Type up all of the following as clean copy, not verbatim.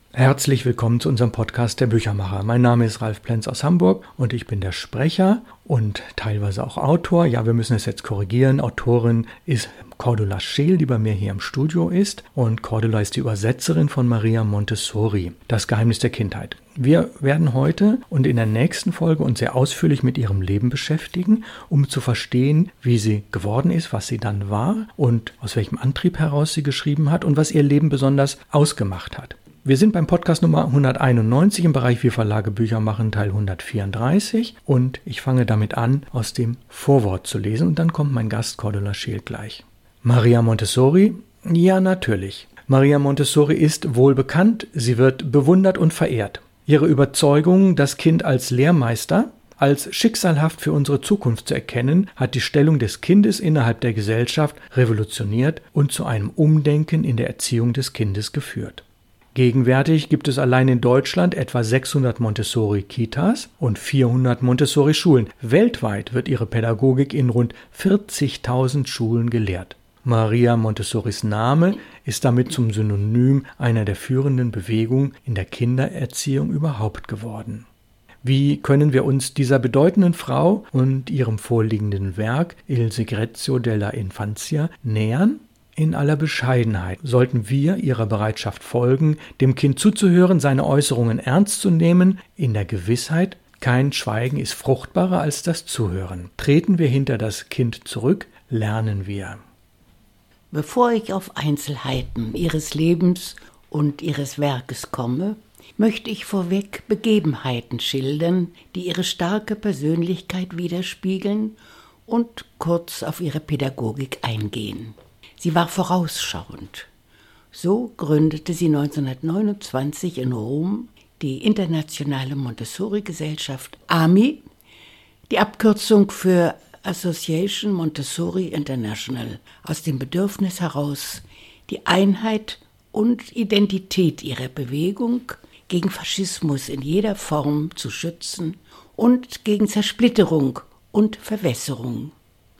Herzlich willkommen zu unserem Podcast der Büchermacher. Mein Name ist Ralf Plenz aus Hamburg und ich bin der Sprecher und teilweise auch Autor. Ja, wir müssen es jetzt korrigieren. Autorin ist Cordula Scheel, die bei mir hier im Studio ist. Und Cordula ist die Übersetzerin von Maria Montessori, Das Geheimnis der Kindheit. Wir werden heute und in der nächsten Folge uns sehr ausführlich mit ihrem Leben beschäftigen, um zu verstehen, wie sie geworden ist, was sie dann war und aus welchem Antrieb heraus sie geschrieben hat und was ihr Leben besonders ausgemacht hat. Wir sind beim Podcast Nummer 191 im Bereich Wir Verlage Bücher machen, Teil 134 und ich fange damit an, aus dem Vorwort zu lesen und dann kommt mein Gast Cordula Scheel gleich. Maria Montessori? Ja, natürlich. Maria Montessori ist wohl bekannt, sie wird bewundert und verehrt. Ihre Überzeugung, das Kind als Lehrmeister, als schicksalhaft für unsere Zukunft zu erkennen, hat die Stellung des Kindes innerhalb der Gesellschaft revolutioniert und zu einem Umdenken in der Erziehung des Kindes geführt. Gegenwärtig gibt es allein in Deutschland etwa 600 Montessori-Kitas und 400 Montessori-Schulen. Weltweit wird ihre Pädagogik in rund 40.000 Schulen gelehrt. Maria Montessoris Name ist damit zum Synonym einer der führenden Bewegungen in der Kindererziehung überhaupt geworden. Wie können wir uns dieser bedeutenden Frau und ihrem vorliegenden Werk Il Segretto della Infanzia nähern? In aller Bescheidenheit sollten wir ihrer Bereitschaft folgen, dem Kind zuzuhören, seine Äußerungen ernst zu nehmen, in der Gewissheit, kein Schweigen ist fruchtbarer als das Zuhören. Treten wir hinter das Kind zurück, lernen wir. Bevor ich auf Einzelheiten ihres Lebens und ihres Werkes komme, möchte ich vorweg Begebenheiten schildern, die ihre starke Persönlichkeit widerspiegeln und kurz auf ihre Pädagogik eingehen. Sie war vorausschauend. So gründete sie 1929 in Rom die Internationale Montessori-Gesellschaft AMI, die Abkürzung für Association Montessori International, aus dem Bedürfnis heraus, die Einheit und Identität ihrer Bewegung gegen Faschismus in jeder Form zu schützen und gegen Zersplitterung und Verwässerung.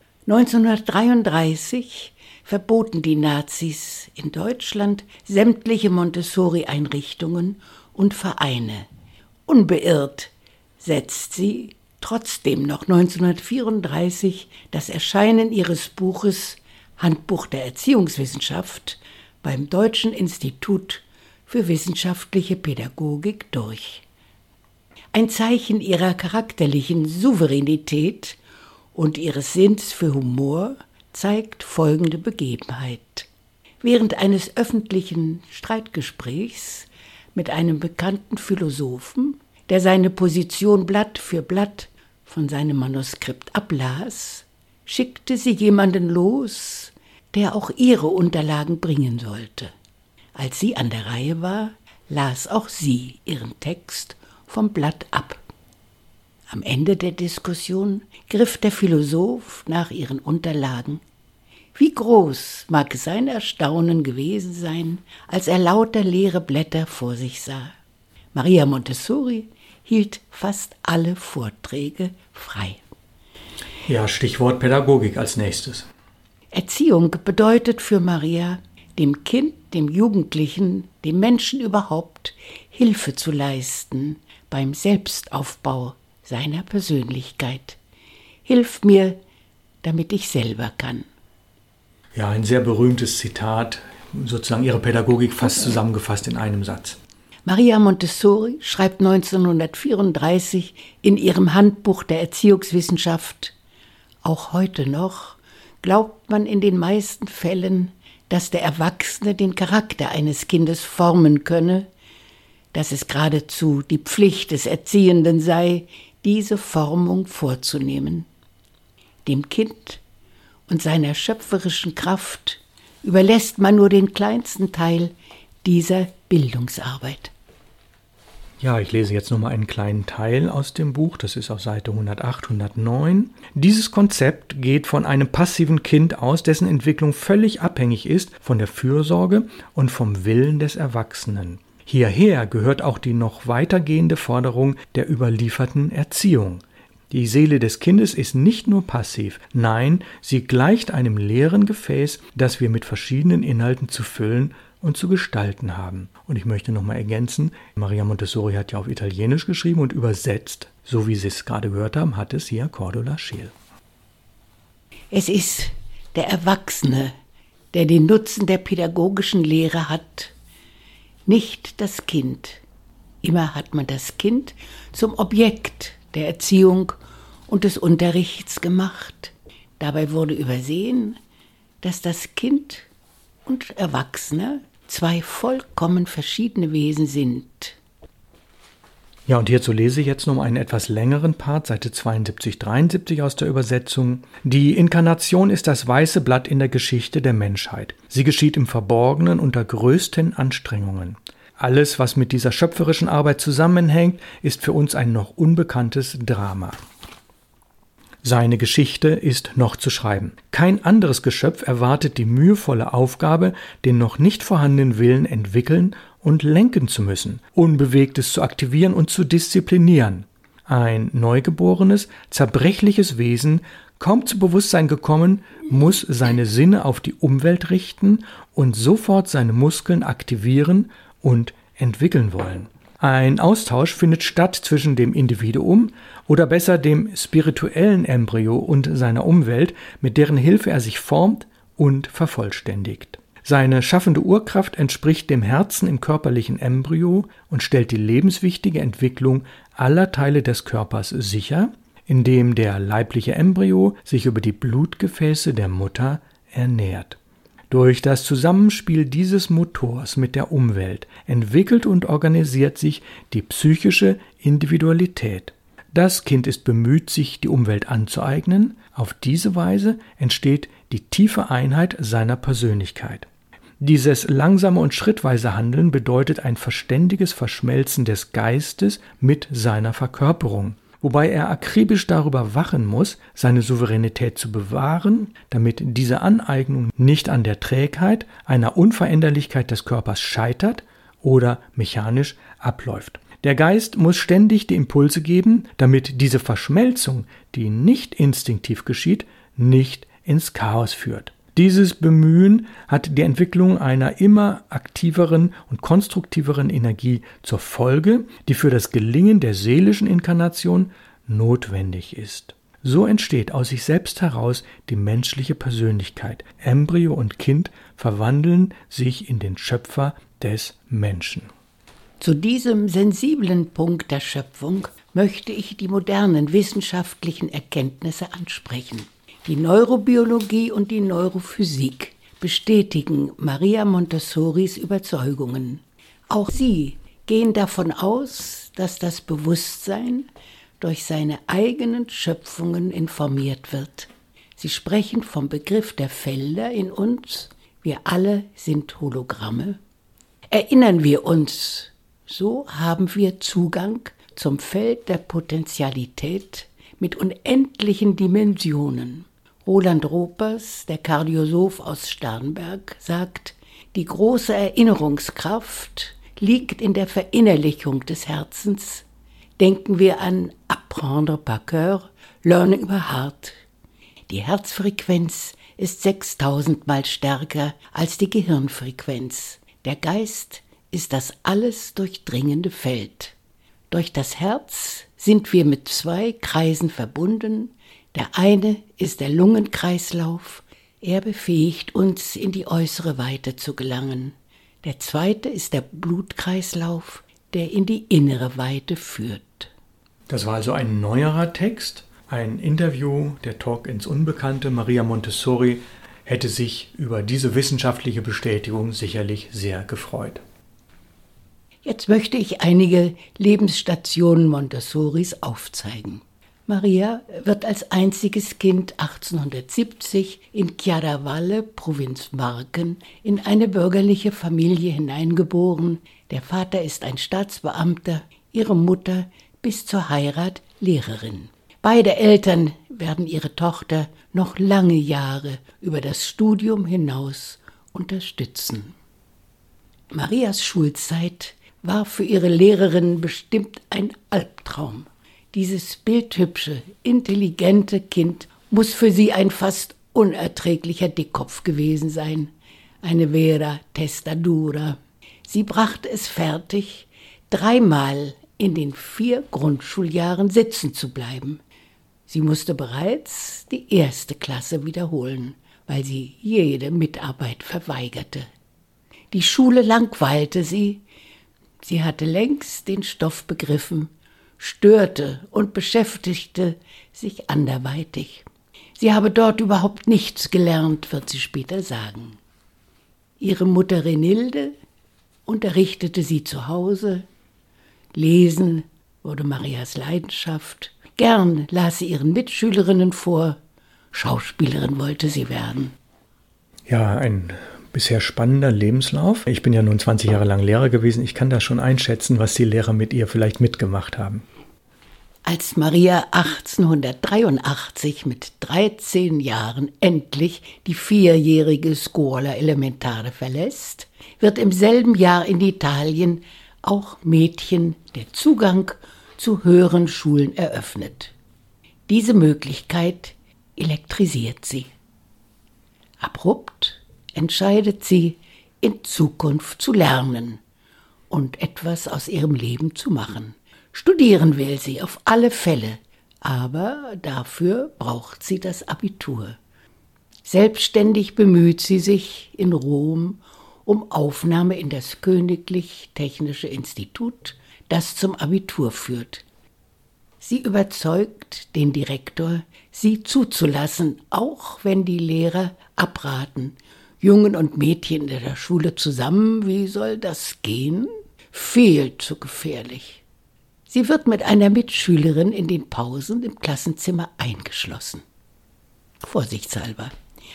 1933 verboten die Nazis in Deutschland sämtliche Montessori-Einrichtungen und Vereine. Unbeirrt setzt sie trotzdem noch 1934 das Erscheinen ihres Buches Handbuch der Erziehungswissenschaft beim Deutschen Institut für wissenschaftliche Pädagogik durch. Ein Zeichen ihrer charakterlichen Souveränität und ihres Sinns für Humor zeigt folgende Begebenheit. Während eines öffentlichen Streitgesprächs mit einem bekannten Philosophen, der seine Position Blatt für Blatt von seinem Manuskript ablas, schickte sie jemanden los, der auch ihre Unterlagen bringen sollte. Als sie an der Reihe war, las auch sie ihren Text vom Blatt ab. Am Ende der Diskussion griff der Philosoph nach ihren Unterlagen. Wie groß mag sein Erstaunen gewesen sein, als er lauter leere Blätter vor sich sah. Maria Montessori hielt fast alle Vorträge frei. Ja, Stichwort Pädagogik als nächstes. Erziehung bedeutet für Maria, dem Kind, dem Jugendlichen, dem Menschen überhaupt Hilfe zu leisten beim Selbstaufbau seiner Persönlichkeit. Hilf mir, damit ich selber kann. Ja, ein sehr berühmtes Zitat, sozusagen ihre Pädagogik fast zusammengefasst in einem Satz. Maria Montessori schreibt 1934 in ihrem Handbuch der Erziehungswissenschaft: Auch heute noch glaubt man in den meisten Fällen, dass der Erwachsene den Charakter eines Kindes formen könne, dass es geradezu die Pflicht des Erziehenden sei, diese Formung vorzunehmen. Dem Kind und seiner schöpferischen Kraft überlässt man nur den kleinsten Teil dieser Bildungsarbeit. Ja, ich lese jetzt nochmal einen kleinen Teil aus dem Buch, das ist auf Seite 108, 109. Dieses Konzept geht von einem passiven Kind aus, dessen Entwicklung völlig abhängig ist von der Fürsorge und vom Willen des Erwachsenen. Hierher gehört auch die noch weitergehende Forderung der überlieferten Erziehung. Die Seele des Kindes ist nicht nur passiv, nein, sie gleicht einem leeren Gefäß, das wir mit verschiedenen Inhalten zu füllen und zu gestalten haben. Und ich möchte nochmal ergänzen, Maria Montessori hat ja auf Italienisch geschrieben und übersetzt, so wie Sie es gerade gehört haben, hat es hier Cordula Scheel. Es ist der Erwachsene, der den Nutzen der pädagogischen Lehre hat, nicht das Kind. Immer hat man das Kind zum Objekt der Erziehung und des Unterrichts gemacht. Dabei wurde übersehen, dass das Kind und Erwachsene zwei vollkommen verschiedene Wesen sind. Ja, und hierzu lese ich jetzt noch einen etwas längeren Part, Seite 72, 73 aus der Übersetzung. Die Inkarnation ist das weiße Blatt in der Geschichte der Menschheit. Sie geschieht im Verborgenen unter größten Anstrengungen. Alles, was mit dieser schöpferischen Arbeit zusammenhängt, ist für uns ein noch unbekanntes Drama. Seine Geschichte ist noch zu schreiben. Kein anderes Geschöpf erwartet die mühevolle Aufgabe, den noch nicht vorhandenen Willen entwickeln und lenken zu müssen, Unbewegtes zu aktivieren und zu disziplinieren. Ein neugeborenes, zerbrechliches Wesen, kaum zu Bewusstsein gekommen, muss seine Sinne auf die Umwelt richten und sofort seine Muskeln aktivieren und entwickeln wollen. Ein Austausch findet statt zwischen dem Individuum oder besser dem spirituellen Embryo und seiner Umwelt, mit deren Hilfe er sich formt und vervollständigt. Seine schaffende Urkraft entspricht dem Herzen im körperlichen Embryo und stellt die lebenswichtige Entwicklung aller Teile des Körpers sicher, indem der leibliche Embryo sich über die Blutgefäße der Mutter ernährt. Durch das Zusammenspiel dieses Motors mit der Umwelt entwickelt und organisiert sich die psychische Individualität. Das Kind ist bemüht, sich die Umwelt anzueignen. Auf diese Weise entsteht die tiefe Einheit seiner Persönlichkeit. Dieses langsame und schrittweise Handeln bedeutet ein verständiges Verschmelzen des Geistes mit seiner Verkörperung, wobei er akribisch darüber wachen muss, seine Souveränität zu bewahren, damit diese Aneignung nicht an der Trägheit, einer Unveränderlichkeit des Körpers scheitert oder mechanisch abläuft. Der Geist muss ständig die Impulse geben, damit diese Verschmelzung, die nicht instinktiv geschieht, nicht ins Chaos führt. Dieses Bemühen hat die Entwicklung einer immer aktiveren und konstruktiveren Energie zur Folge, die für das Gelingen der seelischen Inkarnation notwendig ist. So entsteht aus sich selbst heraus die menschliche Persönlichkeit. Embryo und Kind verwandeln sich in den Schöpfer des Menschen. Zu diesem sensiblen Punkt der Schöpfung möchte ich die modernen wissenschaftlichen Erkenntnisse ansprechen. Die Neurobiologie und die Neurophysik bestätigen Maria Montessoris Überzeugungen. Auch sie gehen davon aus, dass das Bewusstsein durch seine eigenen Schöpfungen informiert wird. Sie sprechen vom Begriff der Felder in uns. Wir alle sind Hologramme. Erinnern wir uns, so haben wir Zugang zum Feld der Potentialität mit unendlichen Dimensionen. Roland Ropers, der Kardiosoph aus Starnberg, sagt, die große Erinnerungskraft liegt in der Verinnerlichung des Herzens. Denken wir an Apprendre par cœur, Learning by heart. Die Herzfrequenz ist 6000-mal stärker als die Gehirnfrequenz. Der Geist ist das alles durchdringende Feld. Durch das Herz sind wir mit zwei Kreisen verbunden. Der eine ist der Lungenkreislauf. Er befähigt uns, in die äußere Weite zu gelangen. Der zweite ist der Blutkreislauf, der in die innere Weite führt. Das war also ein neuerer Text, ein Interview, der Talk ins Unbekannte. Maria Montessori hätte sich über diese wissenschaftliche Bestätigung sicherlich sehr gefreut. Jetzt möchte ich einige Lebensstationen Montessoris aufzeigen. Maria wird als einziges Kind 1870 in Chiaravalle, Provinz Marken, in eine bürgerliche Familie hineingeboren. Der Vater ist ein Staatsbeamter, ihre Mutter bis zur Heirat Lehrerin. Beide Eltern werden ihre Tochter noch lange Jahre über das Studium hinaus unterstützen. Marias Schulzeit war für ihre Lehrerin bestimmt ein Albtraum. Dieses bildhübsche, intelligente Kind muss für sie ein fast unerträglicher Dickkopf gewesen sein. eine vera testadura. Sie brachte es fertig, 3-mal in den 4 Grundschuljahren sitzen zu bleiben. Sie musste bereits die 1. Klasse wiederholen, weil sie jede Mitarbeit verweigerte. Die Schule langweilte sie. Sie hatte längst den Stoff begriffen, störte und beschäftigte sich anderweitig. Sie habe dort überhaupt nichts gelernt, wird sie später sagen. Ihre Mutter Renilde unterrichtete sie zu Hause. Lesen wurde Marias Leidenschaft. Gern las sie ihren Mitschülerinnen vor. Schauspielerin wollte sie werden. Ja, ein bisher spannender Lebenslauf. Ich bin ja nun 20 Jahre lang Lehrer gewesen. Ich kann da schon einschätzen, was die Lehrer mit ihr vielleicht mitgemacht haben. Als Maria 1883 mit 13 Jahren endlich die 4-jährige Scuola Elementare verlässt, wird im selben Jahr in Italien auch Mädchen der Zugang zu höheren Schulen eröffnet. Diese Möglichkeit elektrisiert sie. Abrupt entscheidet sie, in Zukunft zu lernen und etwas aus ihrem Leben zu machen. Studieren will sie auf alle Fälle, aber dafür braucht sie das Abitur. Selbstständig bemüht sie sich in Rom um Aufnahme in das Königlich Technische Institut, das zum Abitur führt. Sie überzeugt den Direktor, sie zuzulassen, auch wenn die Lehrer abraten. Jungen und Mädchen in der Schule zusammen, wie soll das gehen? Viel zu gefährlich. Sie wird mit einer Mitschülerin in den Pausen im Klassenzimmer eingeschlossen. Vorsichtshalber.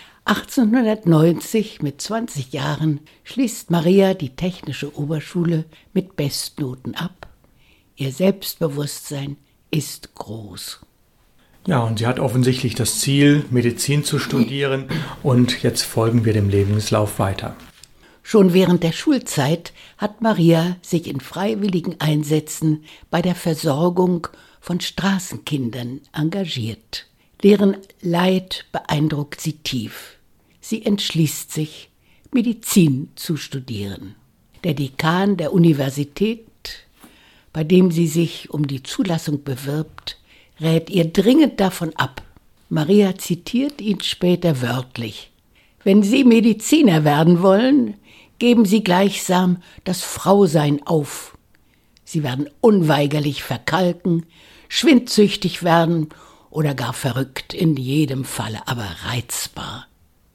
1890, mit 20 Jahren, schließt Maria die Technische Oberschule mit Bestnoten ab. Ihr Selbstbewusstsein ist groß. Ja, und sie hat offensichtlich das Ziel, Medizin zu studieren, und jetzt folgen wir dem Lebenslauf weiter. Schon während der Schulzeit hat Maria sich in freiwilligen Einsätzen bei der Versorgung von Straßenkindern engagiert. Deren Leid beeindruckt sie tief. Sie entschließt sich, Medizin zu studieren. Der Dekan der Universität, bei dem sie sich um die Zulassung bewirbt, rät ihr dringend davon ab. Maria zitiert ihn später wörtlich: Wenn Sie Mediziner werden wollen, geben Sie gleichsam das Frausein auf. Sie werden unweigerlich verkalken, schwindsüchtig werden oder gar verrückt, in jedem Falle aber reizbar.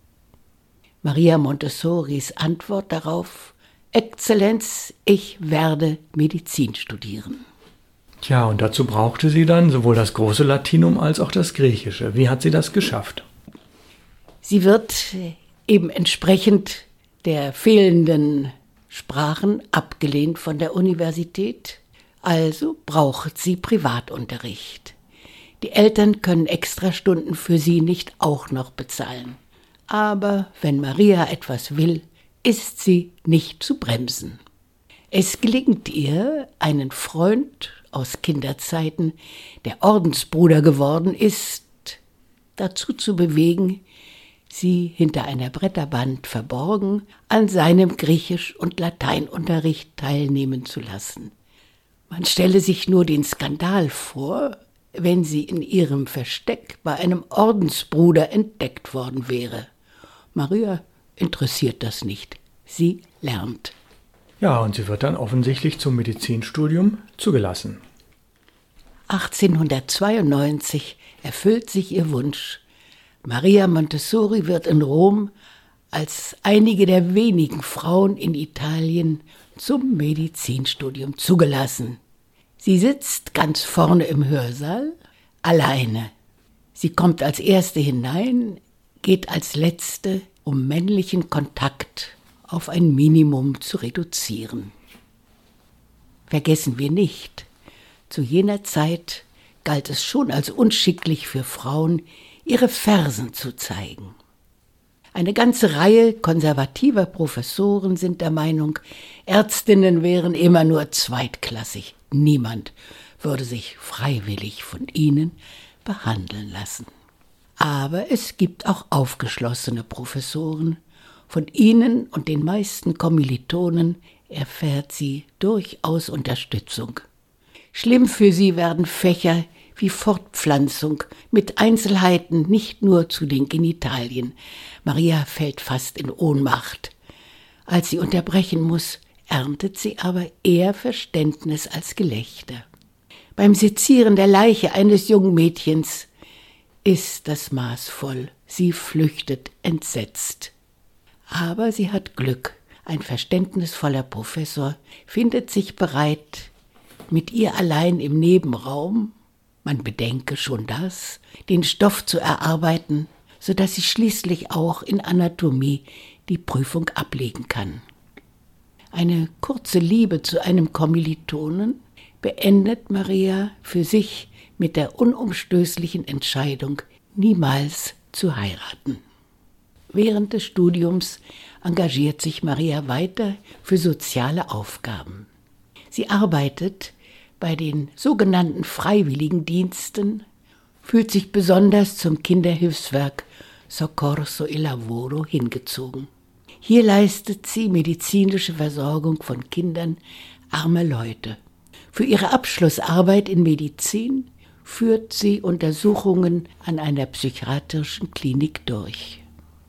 Maria Montessoris Antwort darauf: Exzellenz, ich werde Medizin studieren. Tja, und dazu brauchte sie dann sowohl das große Latinum als auch das Griechische. Wie hat sie das geschafft? Sie wird eben entsprechend der fehlenden Sprachen abgelehnt von der Universität, also braucht sie Privatunterricht. Die Eltern können Extrastunden für sie nicht auch noch bezahlen. Aber wenn Maria etwas will, ist sie nicht zu bremsen. Es gelingt ihr, einen Freund aus Kinderzeiten, der Ordensbruder geworden ist, dazu zu bewegen, sie hinter einer Bretterwand verborgen an seinem Griechisch- und Lateinunterricht teilnehmen zu lassen. Man stelle sich nur den Skandal vor, wenn sie in ihrem Versteck bei einem Ordensbruder entdeckt worden wäre. Maria interessiert das nicht. Sie lernt. Ja, und sie wird dann offensichtlich zum Medizinstudium zugelassen. 1892 erfüllt sich ihr Wunsch. Maria Montessori wird in Rom als einige der wenigen Frauen in Italien zum Medizinstudium zugelassen. Sie sitzt ganz vorne im Hörsaal, alleine. Sie kommt als Erste hinein, geht als Letzte, um männlichen Kontakt auf ein Minimum zu reduzieren. Vergessen wir nicht, zu jener Zeit galt es schon als unschicklich für Frauen, ihre Fersen zu zeigen. Eine ganze Reihe konservativer Professoren sind der Meinung, Ärztinnen wären immer nur zweitklassig. Niemand würde sich freiwillig von ihnen behandeln lassen. Aber es gibt auch aufgeschlossene Professoren, Von ihnen und den meisten Kommilitonen erfährt sie durchaus Unterstützung. Schlimm für sie werden Fächer wie Fortpflanzung mit Einzelheiten nicht nur zu den Genitalien. Maria fällt fast in Ohnmacht. Als sie unterbrechen muss, erntet sie aber eher Verständnis als Gelächter. Beim Sezieren der Leiche eines jungen Mädchens ist das Maß voll. Sie flüchtet entsetzt. Aber sie hat Glück. Ein verständnisvoller Professor findet sich bereit, mit ihr allein im Nebenraum, man bedenke schon das, den Stoff zu erarbeiten, sodass sie schließlich auch in Anatomie die Prüfung ablegen kann. Eine kurze Liebe zu einem Kommilitonen beendet Maria für sich mit der unumstößlichen Entscheidung, niemals zu heiraten. Während des Studiums engagiert sich Maria weiter für soziale Aufgaben. Sie arbeitet bei den sogenannten Freiwilligendiensten, fühlt sich besonders zum Kinderhilfswerk Soccorso e Lavoro hingezogen. Hier leistet sie medizinische Versorgung von Kindern armer Leute. Für ihre Abschlussarbeit in Medizin führt sie Untersuchungen an einer psychiatrischen Klinik durch.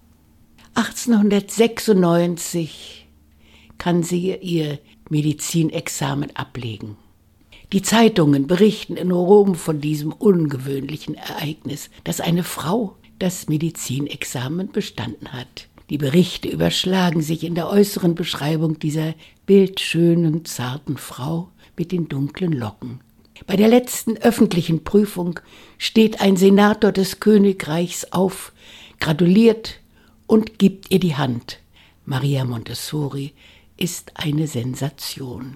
1896 kann sie ihr Medizinexamen ablegen. Die Zeitungen berichten in Rom von diesem ungewöhnlichen Ereignis, dass eine Frau das Medizinexamen bestanden hat. Die Berichte überschlagen sich in der äußeren Beschreibung dieser bildschönen, zarten Frau mit den dunklen Locken. Bei der letzten öffentlichen Prüfung steht ein Senator des Königreichs auf, gratuliert und gibt ihr die Hand. Maria Montessori ist eine Sensation.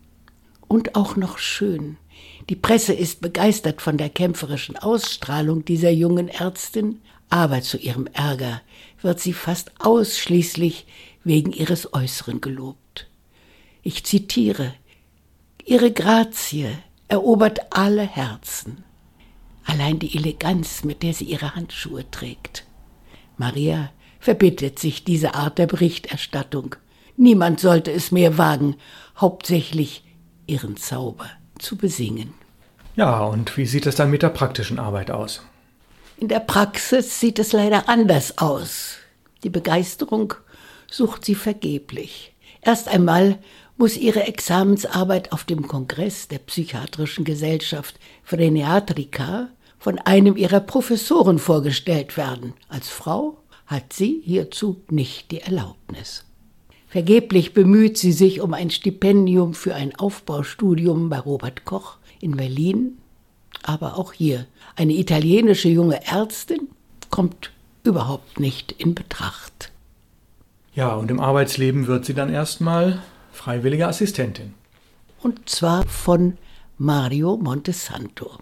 Und auch noch schön. Die Presse ist begeistert von der kämpferischen Ausstrahlung dieser jungen Ärztin, aber zu ihrem Ärger wird sie fast ausschließlich wegen ihres Äußeren gelobt. Ich zitiere: Ihre Grazie erobert alle Herzen. Allein die Eleganz, mit der sie ihre Handschuhe trägt. Maria verbittet sich diese Art der Berichterstattung. Niemand sollte es mehr wagen, hauptsächlich ihren Zauber zu besingen. Ja, und wie sieht es dann mit der praktischen Arbeit aus? In der Praxis sieht es leider anders aus. Die Begeisterung sucht sie vergeblich. Erst einmal muss ihre Examensarbeit auf dem Kongress der Psychiatrischen Gesellschaft Freniatrica von einem ihrer Professoren vorgestellt werden. Als Frau hat sie hierzu nicht die Erlaubnis. Vergeblich bemüht sie sich um ein Stipendium für ein Aufbaustudium bei Robert Koch in Berlin. Aber auch hier, eine italienische junge Ärztin kommt überhaupt nicht in Betracht. Ja, und im Arbeitsleben wird sie dann erstmal freiwillige Assistentin. Und zwar von Mario Montesanto.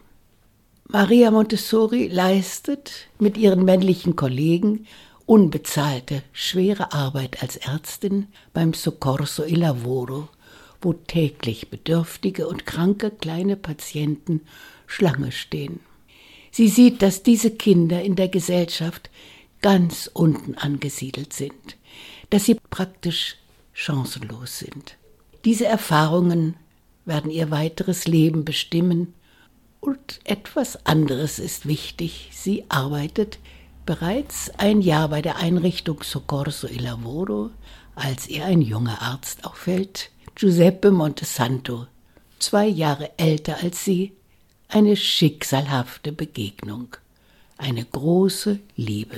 Maria Montessori leistet mit ihren männlichen Kollegen unbezahlte, schwere Arbeit als Ärztin beim Soccorso e Lavoro, wo täglich bedürftige und kranke kleine Patienten Schlange stehen. Sie sieht, dass diese Kinder in der Gesellschaft ganz unten angesiedelt sind, dass sie praktisch chancenlos sind. Diese Erfahrungen werden ihr weiteres Leben bestimmen. Und etwas anderes ist wichtig. Sie arbeitet bereits ein Jahr bei der Einrichtung Soccorso e Lavoro, als ihr ein junger Arzt auffällt, Giuseppe Montesanto, 2 Jahre älter als sie, eine schicksalhafte Begegnung, eine große Liebe.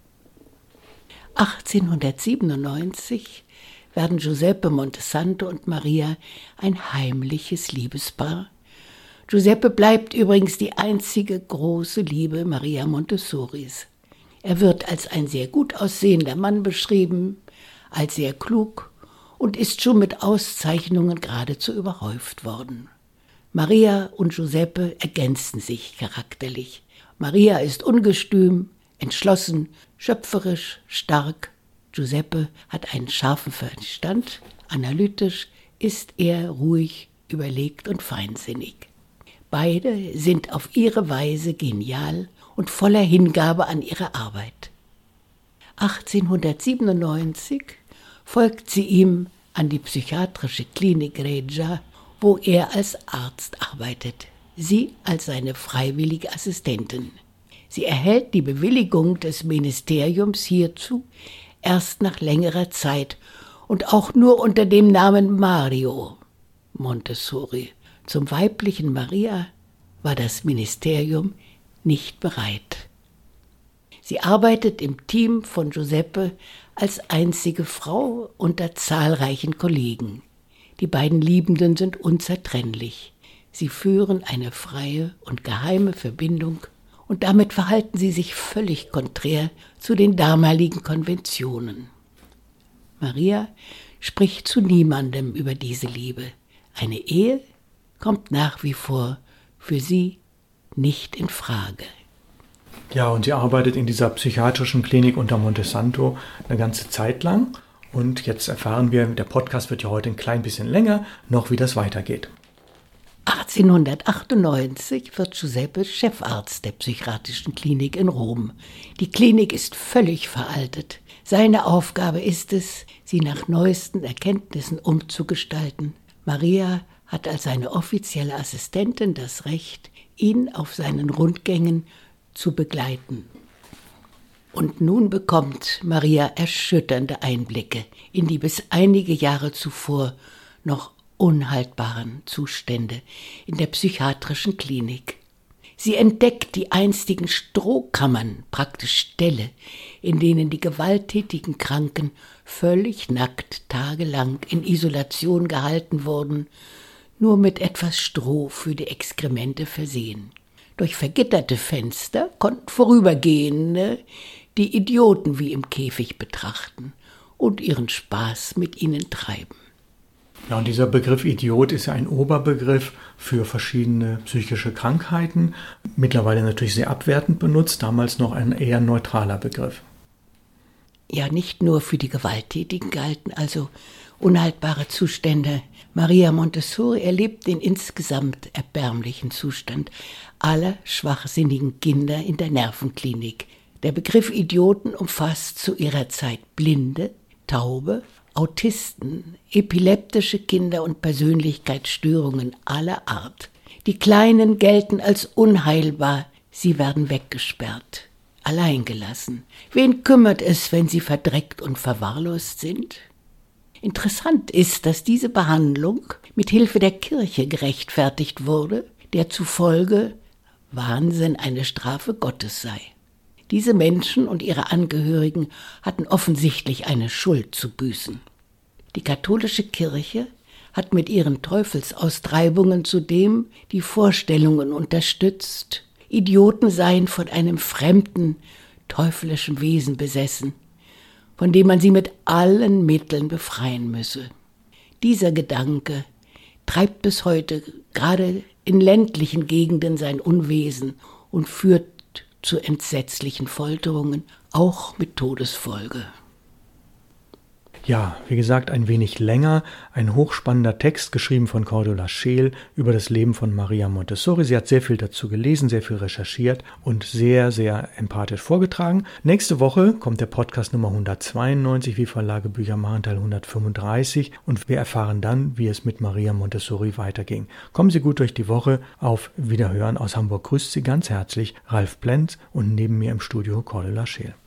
1897 werden Giuseppe Montesanto und Maria ein heimliches Liebespaar. Giuseppe bleibt übrigens die einzige große Liebe Maria Montessoris. Er wird als ein sehr gut aussehender Mann beschrieben, als sehr klug und ist schon mit Auszeichnungen geradezu überhäuft worden. Maria und Giuseppe ergänzen sich charakterlich. Maria ist ungestüm, entschlossen, schöpferisch, stark. Giuseppe hat einen scharfen Verstand, analytisch ist er ruhig, überlegt und feinsinnig. Beide sind auf ihre Weise genial und voller Hingabe an ihre Arbeit. 1897 folgt sie ihm an die psychiatrische Klinik Regia, wo er als Arzt arbeitet, sie als seine freiwillige Assistentin. Sie erhält die Bewilligung des Ministeriums hierzu erst nach längerer Zeit und auch nur unter dem Namen Mario Montessori. Zum weiblichen Maria war das Ministerium nicht bereit. Sie arbeitet im Team von Giuseppe als einzige Frau unter zahlreichen Kollegen. Die beiden Liebenden sind unzertrennlich. Sie führen eine freie und geheime Verbindung und damit verhalten sie sich völlig konträr zu den damaligen Konventionen. Maria spricht zu niemandem über diese Liebe. Eine Ehe kommt nach wie vor für sie nicht in Frage. Ja, und sie arbeitet in dieser psychiatrischen Klinik unter Montesanto eine ganze Zeit lang. Und jetzt erfahren wir, der Podcast wird ja heute ein klein bisschen länger, noch wie das weitergeht. 1898 wird Giuseppe Chefarzt der psychiatrischen Klinik in Rom. Die Klinik ist völlig veraltet. Seine Aufgabe ist es, sie nach neuesten Erkenntnissen umzugestalten. Maria hat als seine offizielle Assistentin das Recht, ihn auf seinen Rundgängen zu begleiten. Und nun bekommt Maria erschütternde Einblicke in die bis einige Jahre zuvor noch unhaltbaren Zustände in der psychiatrischen Klinik. Sie entdeckt die einstigen Strohkammern, praktisch Ställe, in denen die gewalttätigen Kranken völlig nackt tagelang in Isolation gehalten wurden, nur mit etwas Stroh für die Exkremente versehen. Durch vergitterte Fenster konnten Vorübergehende die Idioten wie im Käfig betrachten und ihren Spaß mit ihnen treiben. Ja, und dieser Begriff Idiot ist ja ein Oberbegriff für verschiedene psychische Krankheiten. Mittlerweile natürlich sehr abwertend benutzt, damals noch ein eher neutraler Begriff. Ja, nicht nur für die Gewalttätigen galten also unhaltbare Zustände. Maria Montessori erlebt den insgesamt erbärmlichen Zustand aller schwachsinnigen Kinder in der Nervenklinik. Der Begriff Idioten umfasst zu ihrer Zeit Blinde, Taube, Autisten, epileptische Kinder und Persönlichkeitsstörungen aller Art. Die Kleinen gelten als unheilbar, sie werden weggesperrt, allein gelassen. Wen kümmert es, wenn sie verdreckt und verwahrlost sind? Interessant ist, dass diese Behandlung mit Hilfe der Kirche gerechtfertigt wurde, der zufolge Wahnsinn eine Strafe Gottes sei. Diese Menschen und ihre Angehörigen hatten offensichtlich eine Schuld zu büßen. Die katholische Kirche hat mit ihren Teufelsaustreibungen zudem die Vorstellungen unterstützt, Idioten seien von einem fremden, teuflischen Wesen besessen, von dem man sie mit allen Mitteln befreien müsse. Dieser Gedanke treibt bis heute gerade in ländlichen Gegenden sein Unwesen und führt zu entsetzlichen Folterungen, auch mit Todesfolge. Ja, wie gesagt, ein wenig länger, ein hochspannender Text, geschrieben von Cordula Scheel über das Leben von Maria Montessori. Sie hat sehr viel dazu gelesen, sehr viel recherchiert und sehr, sehr empathisch vorgetragen. Nächste Woche kommt der Podcast Nummer 192, wie Verlage Bücher machen, Teil 135. Und wir erfahren dann, wie es mit Maria Montessori weiterging. Kommen Sie gut durch die Woche. Auf Wiederhören aus Hamburg grüßt Sie ganz herzlich Ralf Plenz und neben mir im Studio Cordula Scheel.